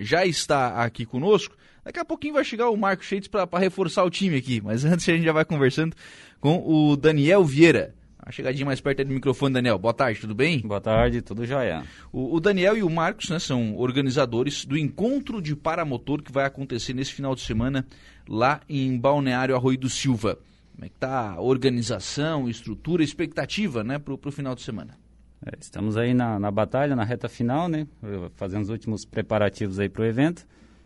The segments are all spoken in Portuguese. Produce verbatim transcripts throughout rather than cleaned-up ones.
já está aqui conosco. Daqui a pouquinho vai chegar o Marco Scheitz para reforçar o time aqui, mas antes a gente já vai conversando com o Daniel Vieira. Uma chegadinha mais perto do microfone, Daniel. Boa tarde, tudo bem? Boa tarde, tudo jóia. O, o Daniel e o Marcos, né, são organizadores do encontro de paramotor que vai acontecer nesse final de semana lá em Balneário Arroio do Silva. Como é que tá a organização, estrutura, expectativa, né, para o final de semana? É, estamos aí na, na batalha, na reta final, né, fazendo os últimos preparativos aí para o evento.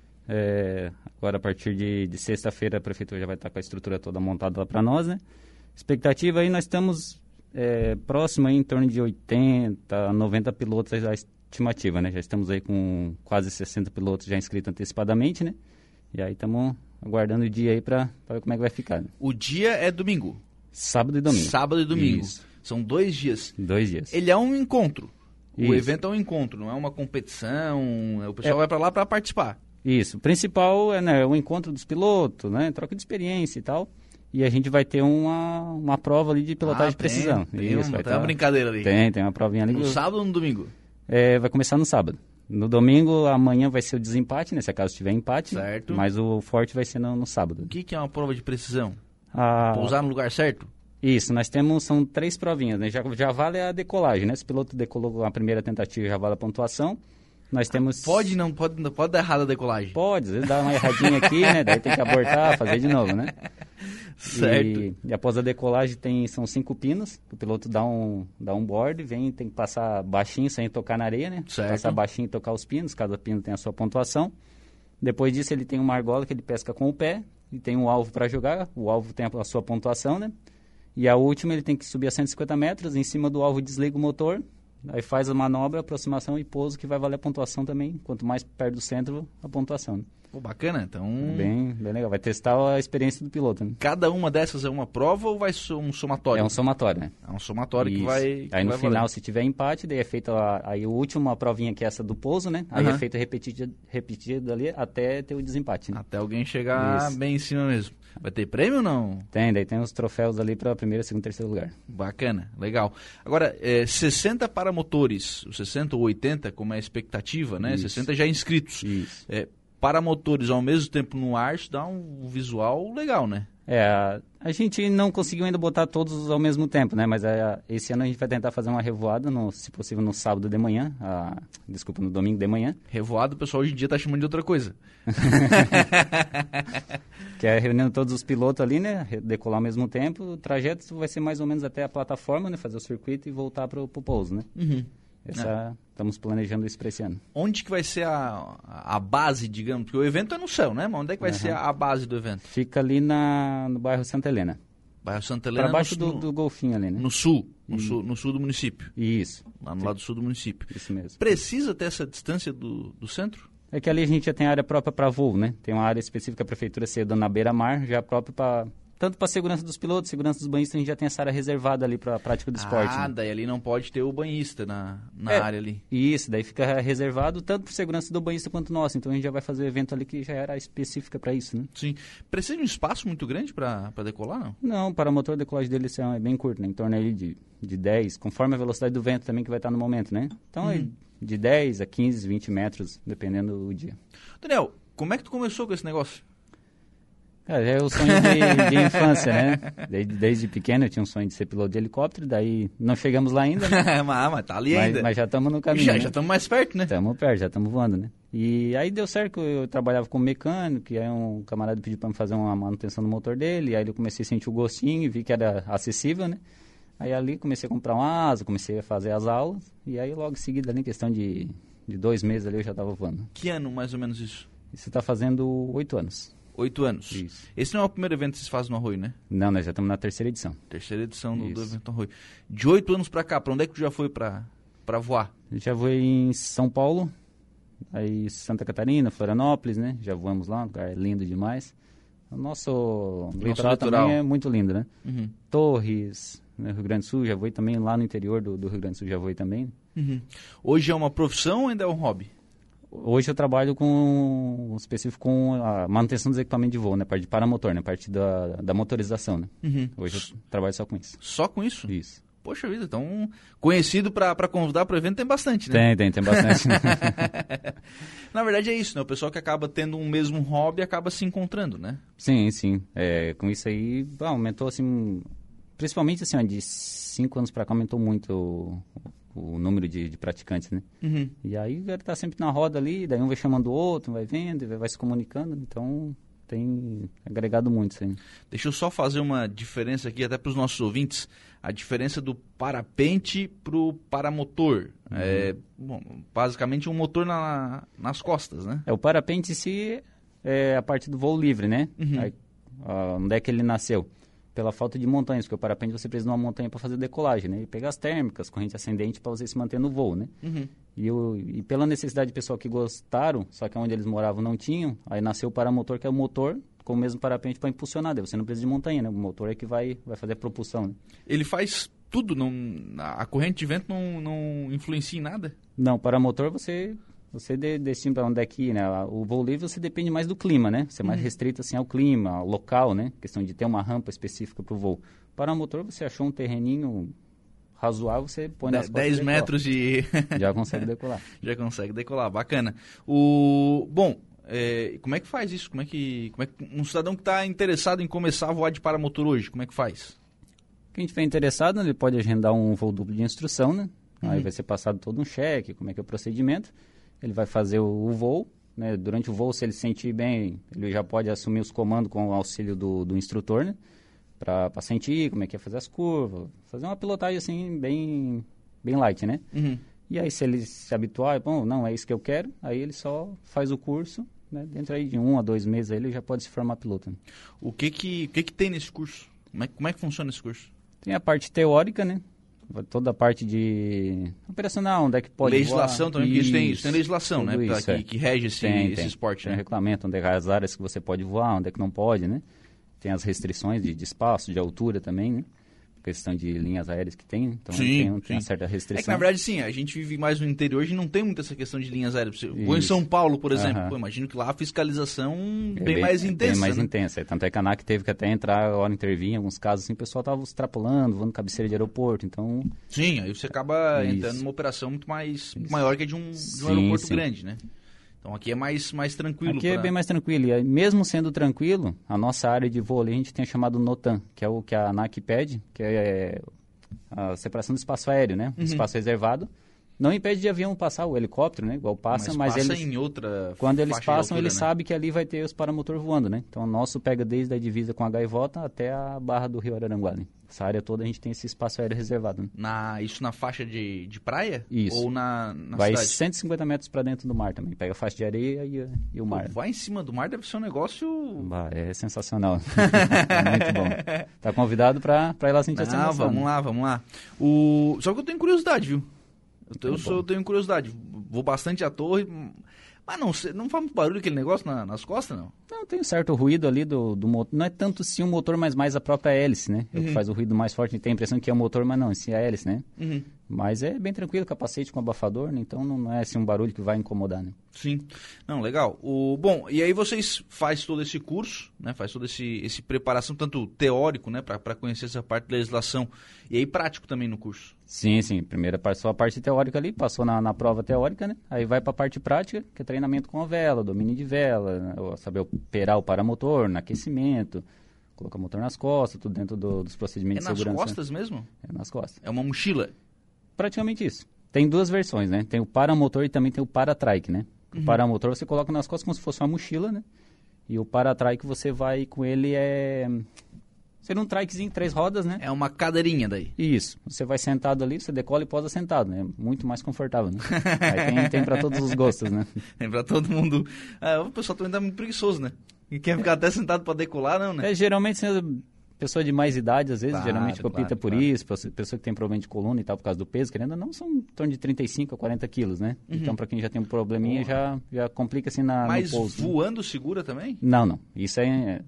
É, agora, a partir de, de sexta-feira, a prefeitura já vai estar com a estrutura toda montada lá para nós, né. Expectativa aí, nós estamos... É, próximo aí em torno de oitenta, noventa pilotos a estimativa, né? Já estamos aí com quase sessenta pilotos já inscritos antecipadamente, né? E aí estamos aguardando o dia aí para ver como é que vai ficar, né? O dia é domingo? Sábado e domingo. Sábado e domingo. Isso. São dois dias. Dois dias. Ele é um encontro. Isso. O evento é um encontro, não é uma competição. O pessoal é... vai para lá para participar. Isso. O principal é, né, o encontro dos pilotos, né? Troca de experiência e tal. E a gente vai ter uma, uma prova ali de pilotagem ah, de precisão. Tem, Isso, uma, vai tem tá... uma brincadeira ali. Tem, tem uma provinha ali. No sábado ou no domingo? É, vai começar no sábado. No domingo, amanhã vai ser o desempate, né? Se acaso tiver empate. Certo. Mas o forte vai ser no, no sábado. O que, que é uma prova de precisão? Ah, Pousar no lugar certo? Isso, nós temos, são três provinhas, né? Já, já vale a decolagem, né? Se o piloto decolou a primeira tentativa, já vale a pontuação. Nós temos... Pode não, pode, não pode dar errado a decolagem? Pode, às vezes dá uma erradinha aqui, né? Daí tem que abortar, fazer de novo, né? Certo. E, e após a decolagem tem, são cinco pinos, o piloto dá um, dá um board, vem, tem que passar baixinho sem tocar na areia, né? Certo. Passar baixinho e tocar os pinos, cada pino tem a sua pontuação. Depois disso ele tem uma argola que ele pesca com o pé, e tem um alvo para jogar, o alvo tem a, a sua pontuação, né? E a última ele tem que subir a cento e cinquenta metros, em cima do alvo desliga o motor, aí faz a manobra, aproximação e pouso, que vai valer a pontuação também. Quanto mais perto do centro, a pontuação. Né? Pô, bacana, então... Bem, bem legal. Vai testar a experiência do piloto. Né? Cada uma dessas é uma prova ou vai ser um somatório? É um somatório, né? É um somatório Isso. que vai... Que aí no vai final, valer. se tiver empate, daí é feita a, aí a última provinha, que é essa do pouso, né? Aí Uhum. é feita repetida, repetida ali até ter o desempate. Né? Até alguém chegar Isso. bem em cima mesmo. Vai ter prêmio ou não? Tem, daí tem os troféus ali para primeiro, segundo, terceiro lugar. Bacana, legal. Agora, é, sessenta paramotores, os sessenta ou oitenta, como é a expectativa, né? Isso. sessenta já inscritos. Isso. É, paramotores ao mesmo tempo no ar, isso dá um visual legal, né? É, a, a gente não conseguiu ainda botar todos ao mesmo tempo, né? Mas a, esse ano a gente vai tentar fazer uma revoada, no, se possível, no sábado de manhã. A, desculpa, no domingo de manhã. Revoado, o pessoal hoje em dia tá chamando de outra coisa. Que é reunindo todos os pilotos ali, né? Decolar ao mesmo tempo. O trajeto vai ser mais ou menos até a plataforma, né? Fazer o circuito e voltar para o pouso, né? Uhum. Essa, é. Estamos planejando isso para esse ano. Onde que vai ser a, a base, digamos? Porque o evento é no céu, né? Mas onde é que vai uhum. ser a, a base do evento? Fica ali na, no bairro Santa Helena. Bairro Santa Helena. Para baixo no, do, do Golfinho ali, né? No sul, no, e... sul, no sul do município. Isso. Lá no Sim. lado sul do município. Isso mesmo. Precisa ter essa distância do, do centro? É que ali a gente já tem área própria para voo, né? Tem uma área específica que a prefeitura cedeu na beira-mar, já própria para... Tanto para a segurança dos pilotos, segurança dos banhistas, a gente já tem essa área reservada ali para a prática do ah, esporte. Ah, né? daí ali não pode ter o banhista na, na é, área ali. Isso, daí fica reservado tanto para segurança do banhista quanto nosso. Então a gente já vai fazer o evento ali que já era específica para isso, né? Sim. Precisa de um espaço muito grande para decolar, não? Não, para o motor, a decolagem dele é bem curto, né? Em torno ali de, de dez, conforme a velocidade do vento também que vai estar no momento, né? Então uhum. é de dez a quinze, vinte metros, dependendo do dia. Daniel, como é que tu começou com esse negócio? Cara, é o sonho de, de infância, né? Desde, desde pequeno eu tinha um sonho de ser piloto de helicóptero, daí não chegamos lá ainda, né? mas, mas tá ali mas, ainda. Mas já estamos no caminho, Já né? estamos mais perto, né? Estamos perto, já estamos voando, né? E aí deu certo que eu trabalhava como mecânico, e aí um camarada pediu para me fazer uma manutenção no motor dele, e aí eu comecei a sentir o gostinho e vi que era acessível, né? Aí ali comecei a comprar uma asa, comecei a fazer as aulas, e aí logo em seguida ali, em questão de, de dois meses ali, eu já estava voando. Que ano mais ou menos isso? Isso está fazendo oito anos. Oito anos. Isso. Esse não é o primeiro evento que vocês fazem no Arroio, né? Não, nós já estamos na terceira edição. Terceira edição do, do evento no Arroio. De oito anos pra cá, pra onde é que tu já foi pra, pra voar? Eu já voei em São Paulo, aí Santa Catarina, Florianópolis, né? Já voamos lá, um lugar lindo demais. O nosso, nosso litoral, litoral também é muito lindo, né? Uhum. Torres, né? Rio Grande do Sul, já voei também lá no interior do, do Rio Grande do Sul, já voei também. Uhum. Hoje é uma profissão ou ainda é um hobby? Hoje eu trabalho com, específico com a manutenção dos equipamentos de voo, né? Parte de paramotor, né? Parte da, da motorização, né? Uhum. Hoje eu trabalho só com isso. Só com isso? Isso. Poxa vida, então conhecido para convidar para o evento tem bastante, né? Tem, tem, tem bastante. Na verdade é isso, né? O pessoal que acaba tendo um mesmo hobby acaba se encontrando, né? Sim, sim. É, com isso aí, bom, aumentou assim, principalmente assim, ó, de cinco anos para cá aumentou muito o, o número de, de praticantes, né? Uhum. E aí o cara tá sempre na roda ali, daí um vai chamando o outro, vai vendo, vai, vai se comunicando, então tem agregado muito isso aí. Deixa eu só fazer uma diferença aqui até para os nossos ouvintes. A diferença do parapente para o paramotor. Uhum. É, bom, basicamente um motor na, nas costas, né? É, o parapente em si é a parte do voo livre, né? Uhum. Aí, ó, onde é que ele nasceu? Pela falta de montanhas, porque o parapente você precisa de uma montanha para fazer decolagem, né? E pegar as térmicas, corrente ascendente para você se manter no voo, né? Uhum. E, o, e pela necessidade de pessoal que gostaram, só que onde eles moravam não tinham, aí nasceu o paramotor, que é o motor com o mesmo parapente para impulsionar. Daí você não precisa de montanha, né? O motor é que vai, vai fazer a propulsão, né? Ele faz tudo? Não, a corrente de vento não, não influencia em nada? Não, paramotor você... Você de, decide para onde é que ir, né? O voo livre você depende mais do clima, né? Você é mais uhum. restrito assim ao clima, ao local, né? Questão de ter uma rampa específica para o voo. Paramotor, você achou um terreninho razoável, você põe nas costas dez metros de... Já consegue decolar. Já consegue decolar, bacana. O... Bom, é... como é que faz isso? Como é que... Como é que... Um cidadão que está interessado em começar a voar de paramotor hoje, como é que faz? Quem estiver interessado, ele pode agendar um voo duplo de instrução, né? Uhum. Aí vai ser passado todo um cheque, como é que é o procedimento. Ele vai fazer o, o voo, né? Durante o voo, se ele se sentir bem, ele já pode assumir os comandos com o auxílio do, do instrutor, né? Para sentir como é que é fazer as curvas, fazer uma pilotagem assim bem, bem light, né? Uhum. E aí se ele se habituar, bom, não, é isso que eu quero, aí ele só faz o curso, né? Dentro aí de um a dois meses aí ele já pode se formar piloto. Né? O que que, o que que tem nesse curso? Como é, como é que funciona esse curso? Tem a parte teórica, né? Toda a parte de operacional, onde é que pode legislação voar. também, porque isso tem, isso tem legislação, né? Isso, pra, é. que, que rege esse, tem, esse tem. esporte, tem né? regulamento, onde é as áreas que você pode voar, onde é que não pode, né? Tem as restrições de, de espaço, de altura também, né? Questão de linhas aéreas que tem, então sim, tem, sim. tem uma certa restrição. É que, na verdade, sim, a gente vive mais no interior e não tem muita essa questão de linhas aéreas. Vou em São Paulo, por exemplo, uh-huh. Pô, imagino que lá a fiscalização é bem, bem mais intensa. Bem mais né? intensa. Tanto é que a ANAC teve que até entrar, a hora intervir, em alguns casos, assim, o pessoal estava extrapolando, voando cabeceira de aeroporto, então... Sim, aí você acaba Isso. entrando numa operação muito mais muito maior que a de um, de um sim, aeroporto sim. grande, né? Então aqui é mais, mais tranquilo. Aqui pra... é bem mais tranquilo. E aí, mesmo sendo tranquilo, a nossa área de voo ali, a gente tem chamado NOTAM, que é o que a ANAC pede, que é a separação do espaço aéreo, né? Uhum. Espaço reservado. Não impede de avião passar, o helicóptero, né? Igual passa, mas, mas passa eles... em outra Quando eles passam, altura, eles né? sabem que ali vai ter os paramotor voando, né? Então, o nosso pega desde a divisa com a Gaivota até a barra do Rio Araranguá, né? Essa área toda a gente tem esse espaço aéreo reservado, né? Na, isso na faixa de, de praia? Isso. Ou na, na vai cidade? cento e cinquenta metros para dentro do mar também. Pega a faixa de areia e, e o mar. Pô, vai em cima do mar deve ser um negócio... Bah, é sensacional. É muito bom. Tá convidado para ir lá sentir essa Ah, emoção. vamos lá, vamos lá. O... Só que eu tenho curiosidade, viu? Eu, eu, Tá sou, eu tenho curiosidade. Vou bastante à torre, mas não, não faz muito barulho aquele negócio na, nas costas, não? Não, tem um certo ruído ali do, do motor. Não é tanto sim o motor, mas mais a própria hélice, né? É o que faz o ruído mais forte. A gente tem a impressão que é o motor, mas não, sim é a hélice, né? Uhum. Mas é bem tranquilo, capacete com abafador, né? Então não é assim um barulho que vai incomodar, né? Sim. Não, legal. O, bom, e aí vocês fazem todo esse curso, né? Faz todo esse, esse preparação, tanto teórico, né? Para conhecer essa parte da legislação. E aí prático também no curso. Sim, sim. Primeiro passou a parte teórica ali, passou na, na prova teórica, né? Aí vai para a parte prática, que é treinamento com a vela, domínio de vela, né? Saber operar o paramotor, no aquecimento, colocar o motor nas costas, tudo dentro do, dos procedimentos É de segurança. nas costas mesmo? É nas costas. É uma mochila? Praticamente isso. Tem duas versões, né? Tem o paramotor e também tem o paratrike, né? Uhum. O paramotor você coloca nas costas como se fosse uma mochila, né? E o paratrike você vai com ele é... Seria um trikezinho, três rodas, né? É uma cadeirinha daí. Isso. Você vai sentado ali, você decola e posa sentado, né? Muito mais confortável, né? Aí tem, tem para todos os gostos, né? Tem pra todo mundo. Ah, o pessoal também tá muito preguiçoso, né? E quer ficar até sentado pra decolar, não, né? É, geralmente, pessoa de mais idade, às vezes, Claro, geralmente opta claro, por claro. isso, pessoa que tem problema de coluna e tal, por causa do peso, querendo ou não, são em torno de trinta e cinco a quarenta quilos, né? Uhum. Então, para quem já tem um probleminha, já, já complica assim na, Mas no pouso. Né? voando segura também? Não, não. Isso é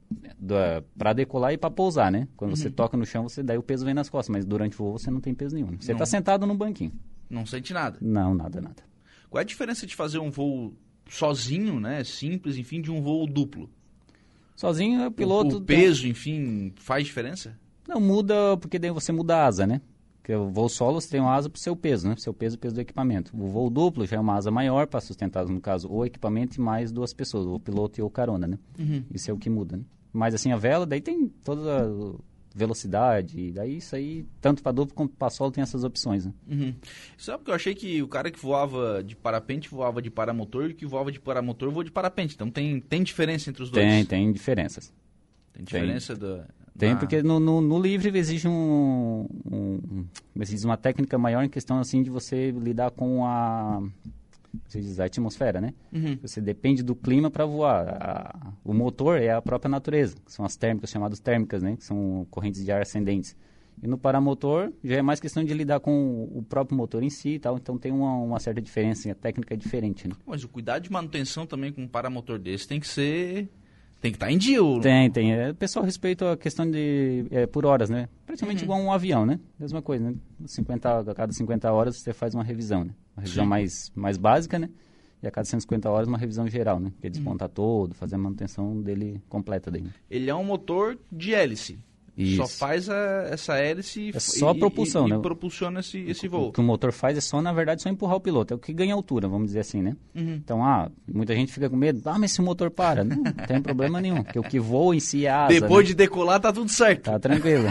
para decolar e para pousar, né? Quando Uhum. você toca no chão, você daí o peso vem nas costas, mas durante o voo você não tem peso nenhum. Você Não. está sentado num banquinho. Não sente nada. Não, nada, nada. Qual é a diferença de fazer um voo sozinho, né? Simples, enfim, de um voo duplo? Sozinho, o O, piloto... o peso, enfim, faz diferença? Não, muda, porque daí você muda a asa, né? Porque o voo solo você tem uma asa para o seu peso, né? Seu peso e peso do equipamento. O voo duplo já é uma asa maior para sustentar, no caso, o equipamento e mais duas pessoas, o piloto e o carona, né? Uhum. Isso é o que muda, né? Mas assim, a vela, daí tem toda a velocidade, daí isso aí, tanto para duplo como para solo tem essas opções, né? Uhum. Sabe que eu achei que o cara que voava de parapente voava de paramotor e o que voava de paramotor voa de parapente. Então tem, tem diferença entre os dois? Tem, tem diferenças. Tem diferença tem. da... Tem, porque no, no, no livre exige um, um, exige uma técnica maior em questão assim de você lidar com a, você diz, a atmosfera, né? Uhum. Você depende do clima para voar. A, o motor é a própria natureza, que são as térmicas, chamadas térmicas, né? Que são correntes de ar ascendentes. E no paramotor já é mais questão de lidar com o próprio motor em si e tal, então tem uma, uma certa diferença, a técnica é diferente, né? Mas o cuidado de manutenção também com um paramotor desse tem que ser... Tem que estar em dia. Ou... Tem, tem. É, o pessoal respeita a questão de é, por horas, né? Praticamente uhum. igual um avião, né? Mesma coisa, né? cinquenta, a cada cinquenta horas você faz uma revisão, né? Uma revisão mais, mais básica, né? E a cada cento e cinquenta horas uma revisão geral, né? Que é desmontar uhum. todo, fazer a manutenção dele completa daí. Né? Ele é um motor de hélice. Isso. Só faz a, essa hélice é só a propulsão, e, né? e propulsiona esse, esse voo. O que o motor faz é só, na verdade, só empurrar o piloto. É o que ganha altura, vamos dizer assim, né? Uhum. Então, ah, muita gente fica com medo. Ah, mas se o motor para. Não, não tem problema nenhum. Porque o que voa em si é a asa. Depois né? de decolar, tá tudo certo. Tá tranquilo.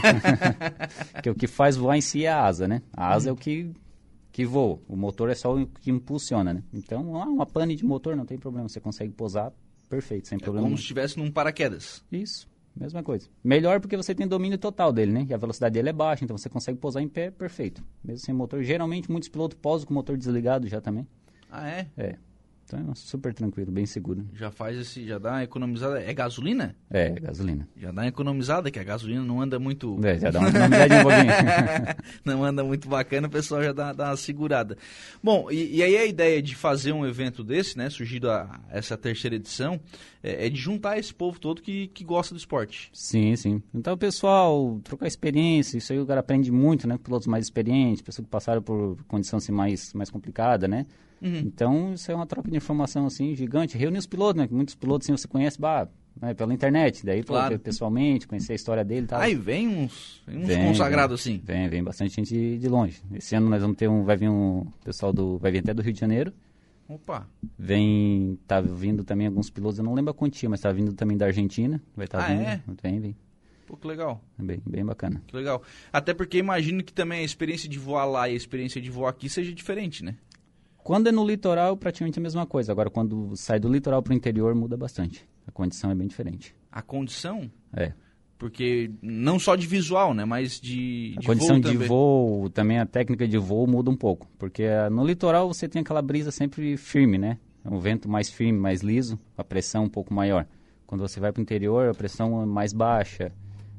Porque o que faz voar em si é a asa, né? A asa uhum. é o que, que voa. O motor é só o que impulsiona, né? Então, ah, uma pane de motor não tem problema. Você consegue pousar perfeito, sem é problema como nenhum. se estivesse num paraquedas. Isso. Mesma coisa. Melhor porque você tem domínio total dele, né? E a velocidade dele é baixa, então você consegue pousar em pé perfeito. Mesmo sem motor. Geralmente, muitos pilotos pousam com o motor desligado já também. Ah, é? É. Então é super tranquilo, bem seguro. Já faz esse, já dá uma economizada. É gasolina? É, gasolina. Já dá uma economizada, que a gasolina não anda muito... É, já dá uma economizada um pouquinho. Não anda muito bacana, o pessoal já dá, dá uma segurada. Bom, e, e aí a ideia de fazer um evento desse, né, surgido a, essa terceira edição, é, é de juntar esse povo todo que, que gosta do esporte. Sim, sim. Então, pessoal, trocar experiência, isso aí o cara aprende muito, né, com pilotos mais experientes, pessoas que passaram por condição assim, mais, mais complicada, né? Uhum. Então, isso é uma troca de informação, assim, gigante. Reunir os pilotos, né? Muitos pilotos, assim, você conhece, bah, né, pela internet. Daí, claro. Pô, pessoalmente, conhecer a história dele e tal. Aí vem uns, vem uns vem, consagrados, vem, assim. Vem, vem bastante gente de, de longe. Esse ano nós vamos ter um, vai vir um pessoal do, vai vir até do Rio de Janeiro. Opa. Vem, tá vindo também alguns pilotos, eu não lembro a quantia, mas tá vindo também da Argentina. Vai estar tá ah, vindo. é? Vem, vem. Pô, que legal. Bem, bem bacana. Que legal. Até porque imagino que também a experiência de voar lá e a experiência de voar aqui seja diferente, né? Quando é no litoral, praticamente a mesma coisa. Agora, quando sai do litoral para o interior, muda bastante. A condição é bem diferente. A condição? É. Porque não só de visual, né? Mas de, a de condição voo de também. voo, também a técnica de voo muda um pouco. Porque uh, no litoral você tem aquela brisa sempre firme, né? É um vento mais firme, mais liso, a pressão um pouco maior. Quando você vai para o interior, a pressão é mais baixa.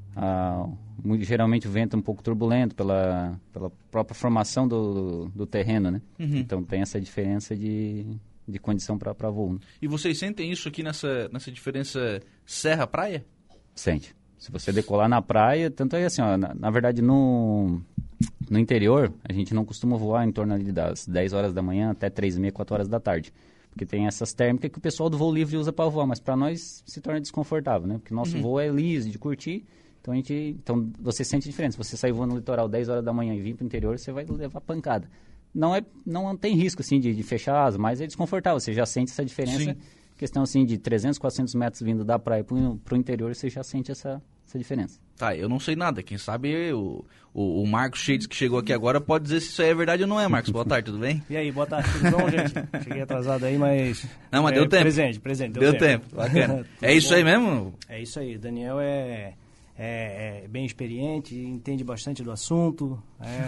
Uh, muito, geralmente o vento é um pouco turbulento pela, pela própria formação do, do terreno, né? Uhum. Então tem essa diferença de, de condição para voo. Né? E vocês sentem isso aqui nessa, nessa diferença serra-praia? Sente. Se você decolar na praia, tanto é assim, ó, na, na verdade no, no interior a gente não costuma voar em torno ali das dez horas da manhã até três e meia, quatro horas da tarde. Porque tem essas térmicas que o pessoal do voo livre usa para voar, mas para nós se torna desconfortável, né? Porque o nosso uhum. voo é liso, de curtir. Então, a gente, então, você sente a diferença. Se você sair voando no litoral dez horas da manhã e vir para o interior, você vai levar pancada. Não, é, não tem risco, assim, de, de fechar asa, mas é desconfortável. Você já sente essa diferença. Sim. Questão, assim, de trezentos, quatrocentos metros vindo da praia para o interior, você já sente essa, essa diferença. Tá, eu não sei nada. Quem sabe o, o, o Marcos Shades, que chegou aqui agora, pode dizer se isso aí é verdade ou não é, Marcos. Boa tarde, tudo bem? E aí, boa tarde, tudo bom, gente? Cheguei atrasado aí, mas... Não, mas é, deu tempo. Presente, presente, deu, deu tempo. tempo, bacana. É isso bom. Aí mesmo? É isso aí, Daniel é... É, é bem experiente, entende bastante do assunto,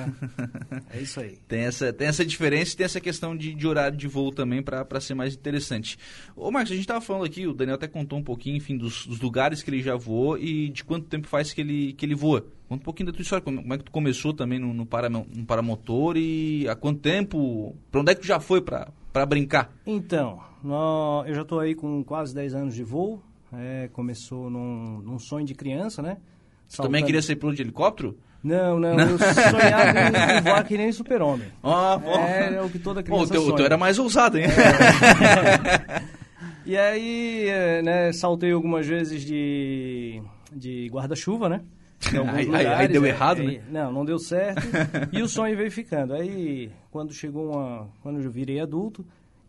é, é isso aí. Tem essa, tem essa diferença e tem essa questão de, de horário de voo também para ser mais interessante. Ô Marcos, a gente estava falando aqui, o Daniel até contou um pouquinho, enfim, dos, dos lugares que ele já voou e de quanto tempo faz que ele, que ele voa. Conta um pouquinho da tua história, como, como é que tu começou também no, no, para, no paramotor e há quanto tempo, para onde é que tu já foi para brincar? Então, no, eu já estou aí com quase dez anos de voo. É, começou num, num sonho de criança, né? Você Saltando... também queria ser piloto de helicóptero? Não, não, não. Eu sonhava em voar que nem super-homem. Oh, é, é o que toda criança oh, o teu, sonha. O teu era mais ousado, hein? É. E aí, né, saltei algumas vezes de, de guarda-chuva, né? em alguns aí, lugares. Aí, aí deu é, errado, aí, né? Não, não deu certo. E o sonho veio ficando. Aí, quando chegou uma... Quando eu virei adulto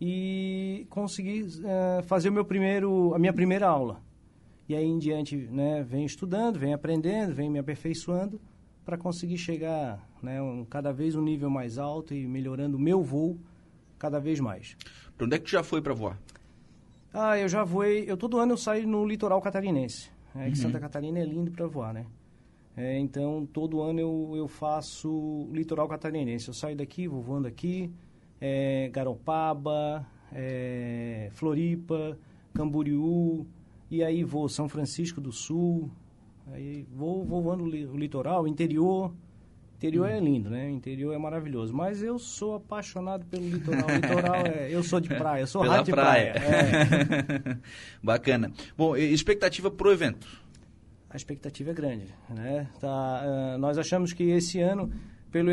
e consegui uh, fazer o meu primeiro, a minha primeira aula. E aí em diante, né, venho estudando, venho aprendendo, venho me aperfeiçoando para conseguir chegar, né, um, cada vez um nível mais alto e melhorando o meu voo cada vez mais. Para onde é que tu já foi para voar? Ah, eu já voei... Eu, todo ano eu saio no litoral catarinense. É, que Uhum. Santa Catarina é lindo para voar, né? É, então, todo ano eu, eu faço litoral catarinense. Eu saio daqui, vou voando aqui, é, Garopaba, é, Floripa, Camboriú, e aí vou São Francisco do Sul, aí vou, vou voando o litoral, interior. Interior é lindo, né? Interior é maravilhoso. Mas eu sou apaixonado pelo litoral. O litoral é... Eu sou de praia, eu sou Pela rato de praia. praia. É. Bacana. Bom, expectativa pro evento? A expectativa é grande, né? Tá, uh, nós achamos que esse ano, pelo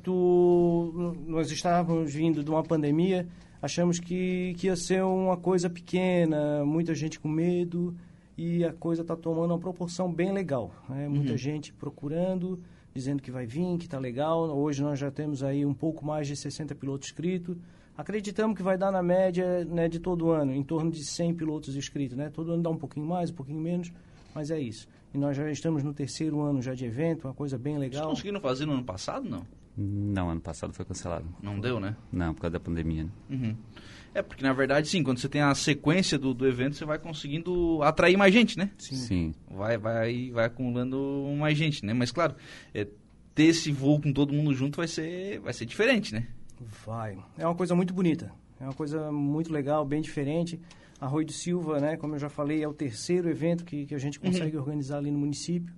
evento, nós estávamos vindo de uma pandemia, achamos que, que ia ser uma coisa pequena, muita gente com medo, e a coisa está tomando uma proporção bem legal, né? Muita Uhum. gente procurando, dizendo que vai vir, que está legal. Hoje nós já temos aí um pouco mais de sessenta pilotos inscritos. Acreditamos que vai dar na média, né, de todo ano, em torno de cem pilotos inscritos, né? Todo ano dá um pouquinho mais, um pouquinho menos, mas é isso. E nós já estamos no terceiro ano já de evento, uma coisa bem legal. Vocês conseguiram fazer no ano passado, não? Não, ano passado foi cancelado. Não deu, né? Não, por causa da pandemia. Né? Uhum. É, porque na verdade, sim, quando você tem a sequência do, do evento, você vai conseguindo atrair mais gente, né? Sim. Sim. Vai, vai, vai acumulando mais gente, né? Mas claro, é, ter esse voo com todo mundo junto vai ser, vai ser diferente, né? Vai. É uma coisa muito bonita. É uma coisa muito legal, bem diferente. Arroio do Silva, né, como eu já falei, é o terceiro evento que, que a gente consegue uhum. organizar ali no município.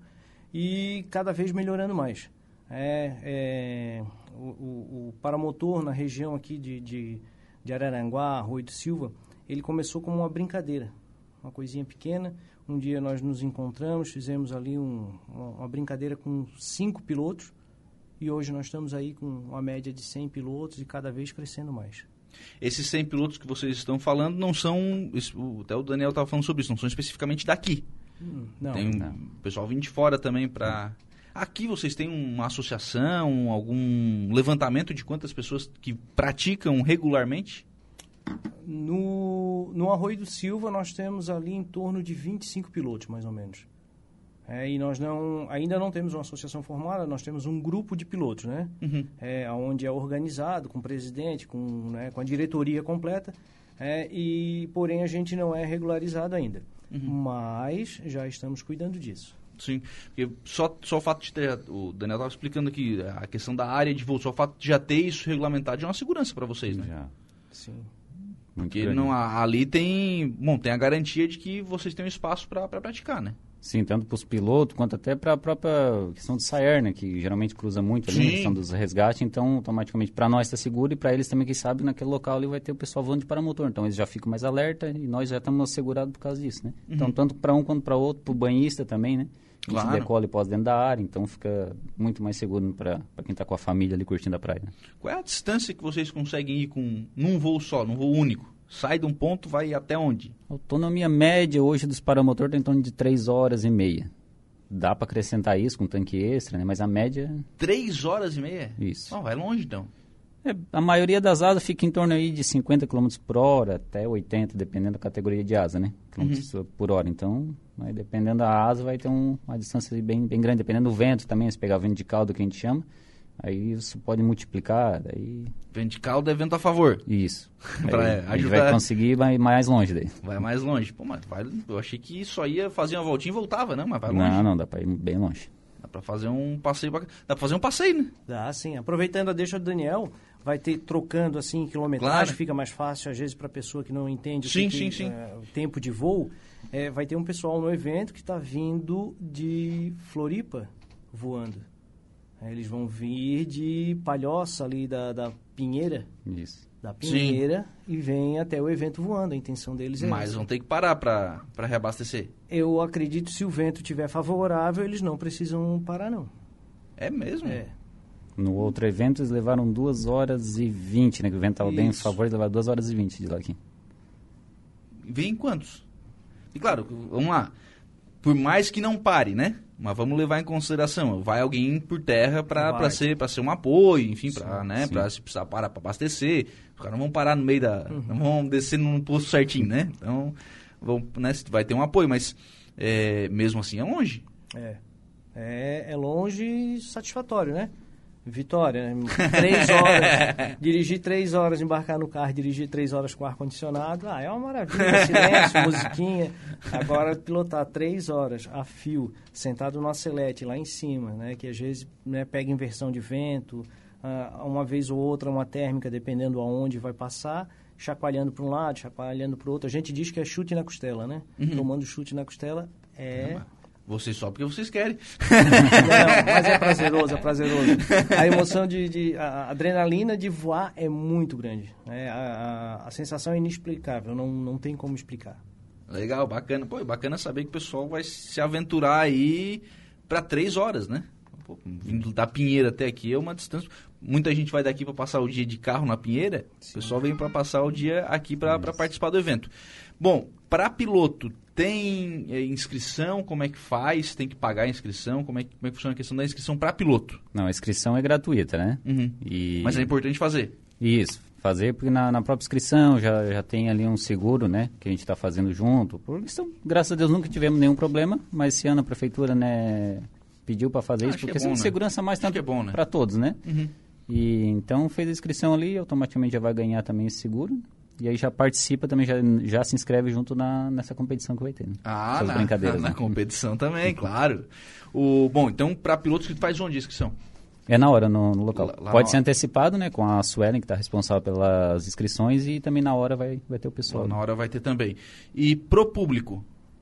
E cada vez melhorando mais. É, é, o, o, o paramotor na região aqui de, de, de Araranguá, Arroio do Silva, ele começou como uma brincadeira. Uma coisinha pequena. Um dia nós nos encontramos, fizemos ali um, uma, uma brincadeira com cinco pilotos. E hoje nós estamos aí com uma média de cem pilotos e cada vez crescendo mais. Esses cem pilotos que vocês estão falando não são... Até o Daniel estava falando sobre isso, não são especificamente daqui. Hum, não. Tem um não. pessoal vindo de fora também para... Aqui vocês têm uma associação, algum levantamento de quantas pessoas que praticam regularmente? No, no Arroio do Silva nós temos ali em torno de vinte e cinco pilotos, mais ou menos. É, e nós não, ainda não temos uma associação formada, nós temos um grupo de pilotos, né? Uhum. É, onde é organizado, com o presidente, com, né, com a diretoria completa, é, e porém a gente não é regularizado ainda. Uhum. Mas já estamos cuidando disso. Sim, porque só, só o fato de ter, o Daniel estava explicando aqui, a questão da área de voo, só o fato de já ter isso regulamentado já é uma segurança para vocês, né? Já. Sim. Muito Porque grande. não, ali tem, bom, tem a garantia de que vocês têm um espaço para praticar, né? Sim, tanto para os pilotos quanto até para a própria questão do S A E R, né, que geralmente cruza muito ali, Sim. na questão dos resgates, então automaticamente para nós está seguro e para eles também, que sabe, naquele local ali vai ter o pessoal voando de paramotor, então eles já ficam mais alerta e nós já estamos assegurados por causa disso, né? Uhum. Então tanto para um quanto para outro, para o banhista também, né? A gente Claro. decola e pós dentro da área, então fica muito mais seguro para quem está com a família ali curtindo a praia. Né? Qual é a distância que vocês conseguem ir com num voo só, num voo único? Sai de um ponto, vai até onde? A autonomia média hoje dos paramotores está em torno de três horas e meia. Dá para acrescentar isso com tanque extra, né? Mas a média... Três horas e meia? Isso. Oh, vai longe, então. É, a maioria das asas fica em torno aí de cinquenta quilômetros por hora até oitenta, dependendo da categoria de asa, né? Quilômetros uhum. por hora. Então, aí, dependendo da asa, vai ter um, uma distância bem, bem grande. Dependendo do vento também, se pegar o vento de caldo, que a gente chama, aí isso pode multiplicar. Aí... Vento de caldo é vento a favor. Isso. Pra aí, a gente ajudar... vai conseguir ir mais, mais longe daí. Vai mais longe. Pô, mas vai... eu achei que só ia fazer uma voltinha e voltava, não? Mas vai longe. Não, não, dá para ir bem longe. Dá para fazer um passeio bacana. Dá para fazer um passeio, né? Dá, sim. Aproveitando a deixa do Daniel, vai ter trocando assim quilometragem, Claro. Fica mais fácil às vezes para a pessoa que não entende Sim, o, que, sim, que, sim. É, o tempo de voo. É, vai ter um pessoal no evento que está vindo de Floripa voando. É, eles vão vir de Palhoça ali da, da Pinheira, Isso. da Pinheira, Sim. e vem até o evento voando. A intenção deles é Mas essa. vão ter que parar para reabastecer. Eu acredito que se o vento estiver favorável, eles não precisam parar não. É mesmo? É. No outro evento eles levaram duas horas e vinte, né? Que o vento estava bem a Isso. favor, eles levaram duas horas e vinte de lá aqui. Vem quantos? E claro, vamos lá. Por mais que não pare, né? mas vamos levar em consideração, vai alguém por terra para ser, ser um apoio, enfim, para né, se precisar parar para abastecer, os caras não vão parar no meio da... Uhum. Não vão descer num posto certinho, né? Então, vão, né, vai ter um apoio, mas é, mesmo assim é longe. É. É, é longe e satisfatório, né? Vitória, né? Três horas, dirigir três horas, embarcar no carro, dirigir três horas com ar-condicionado, ah, é uma maravilha, silêncio, musiquinha. Agora, pilotar três horas a fio, sentado no acelete lá em cima, né? Que às vezes, né, pega inversão de vento, ah, uma vez ou outra uma térmica, dependendo aonde vai passar, chacoalhando para um lado, chacoalhando para o outro. A gente diz que é chute na costela, né? Uhum. Tomando chute na costela é... Caramba. Vocês só porque vocês querem. Não, mas é prazeroso, é prazeroso. A emoção de, de a adrenalina de voar é muito grande. Né? A, a, a sensação é inexplicável, não, não tem como explicar. Legal, bacana. Pô, é bacana saber que o pessoal vai se aventurar aí para três horas, né? Pô, vindo da Pinheira até aqui é uma distância. Muita gente vai daqui para passar o dia de carro na Pinheira. Sim. O pessoal vem para passar o dia aqui para participar do evento. Bom, para piloto, tem é, inscrição? Como é que faz? Tem que pagar a inscrição? Como é que, como é que funciona a questão da inscrição para piloto? Não, a inscrição é gratuita, né? Uhum. E... Mas é importante fazer. Isso, fazer porque na, na própria inscrição já, já tem ali um seguro, né? Que a gente está fazendo junto. Por questão, graças a Deus nunca tivemos nenhum problema, mas esse ano a prefeitura, né, pediu para fazer ah, isso, porque é bom, né? Segurança mais tanto é bom, né? Para todos, né? Uhum. E então fez a inscrição ali, automaticamente já vai ganhar também esse seguro. E aí já participa também, já, já se inscreve junto na, nessa competição que vai ter. Né? Ah, na, brincadeiras, na, né? na competição também, claro. O, bom, então para pilotos que faz onde a inscrição? É na hora, no, no local. Lá, lá Pode ser hora. antecipado, né? Com a Suelen, que está responsável pelas inscrições, e também na hora vai, vai ter o pessoal. Lá, na hora vai ter também. E pro público?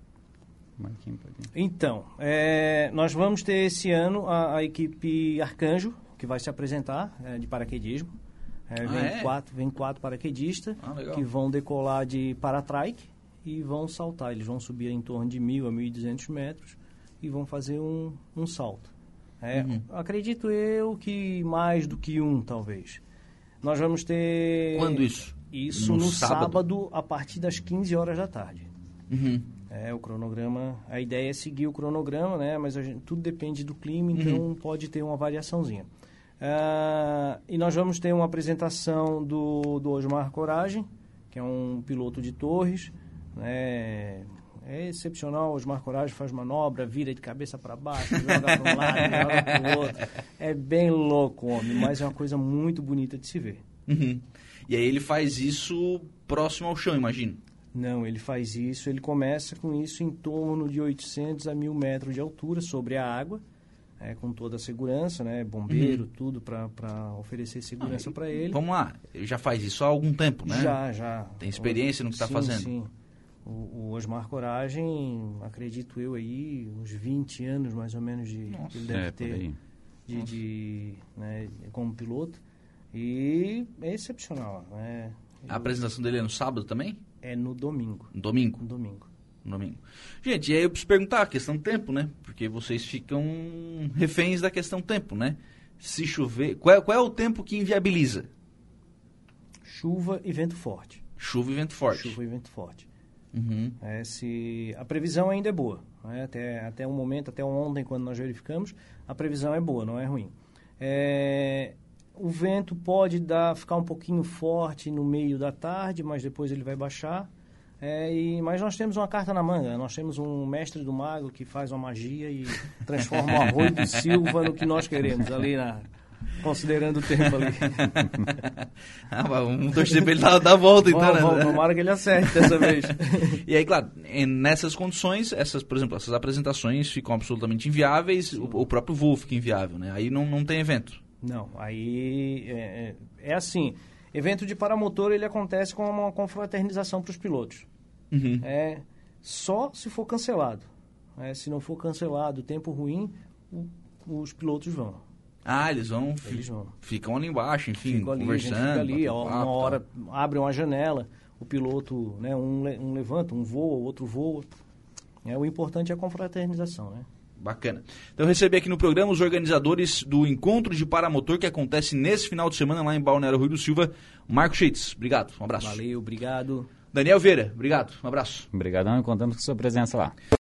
Então, é, nós vamos ter esse ano a, a equipe Arcanjo, que vai se apresentar é, de paraquedismo. É, vem, ah, é? quatro, vem quatro paraquedistas ah, que vão decolar de paratrike e vão saltar. Eles vão subir em torno de mil a mil e duzentos metros e vão fazer um, um salto. É, uhum. Acredito eu que mais do que um, talvez. Nós vamos ter... Quando isso? Isso no, no sábado? sábado, a partir das quinze horas da tarde. Uhum. É, o cronograma... A ideia é seguir o cronograma, né? Mas a gente, tudo depende do clima, então uhum. pode ter uma variaçãozinha. Uh, e nós vamos ter uma apresentação do, do Osmar Coragem, que é um piloto de torres, né? É excepcional. O Osmar Coragem faz manobra, vira de cabeça para baixo, joga para um lado, joga para o outro. É bem louco, homem, mas é uma coisa muito bonita de se ver. Uhum. E aí ele faz isso próximo ao chão, imagino? Não, ele faz isso, ele começa com isso em torno de oitocentos a mil metros de altura sobre a água. É, com toda a segurança, né? Bombeiro, uhum. tudo para oferecer segurança ah, para ele. Vamos lá, ele já faz isso há algum tempo, né? Já, já. Tem experiência no que está fazendo? Sim, o, o Osmar Coragem, acredito eu aí, uns vinte anos mais ou menos de Nossa, ele deve é, ter de, de, né, como piloto. E é excepcional, né? A apresentação dele é no sábado também? É no domingo. No domingo? No domingo. No domingo. Gente, e aí eu preciso perguntar a questão do tempo, né? Porque vocês ficam reféns da questão do tempo, né? Se chover... Qual é, qual é o tempo que inviabiliza? Chuva e vento forte. Chuva e vento forte. Chuva e vento forte. Uhum. É, se, a previsão ainda é boa. Né? Até, até o momento, até ontem, quando nós verificamos, a previsão é boa, não é ruim. É, o vento pode dar, ficar um pouquinho forte no meio da tarde, mas depois ele vai baixar. É, e, mas nós temos uma carta na manga, nós temos um mestre do mago que faz uma magia e transforma o Arroio do Silva no que nós queremos, ali na, considerando o tempo ali. Ah, vamos torcer para ele dar, dar a volta, então, vamos, né? Vamos, tomara que ele acerte dessa vez. E aí, claro, nessas condições, essas, por exemplo, essas apresentações ficam absolutamente inviáveis, o, o próprio voo fica inviável, né? Aí não, não tem evento. Não, aí é, é assim, evento de paramotor ele acontece com uma confraternização para os pilotos. Uhum. É, só se for cancelado. É, se não for cancelado, tempo ruim, o, os pilotos vão. Ah, eles vão, eles vão. Ficam ali embaixo, enfim, ficam ali, conversando. Fica ali, ó, papo, uma hora tá. abre uma janela, o piloto, né, um, um levanta, um voa, o outro voa. É, o importante é a confraternização, né? Bacana. Então, eu recebi aqui no programa os organizadores do Encontro de Paramotor, que acontece nesse final de semana lá em Balneário Rui do Silva. Marco Scheitz, obrigado, um abraço. Valeu, obrigado. Daniel Vieira, obrigado, um abraço. Obrigadão e contamos com sua presença lá.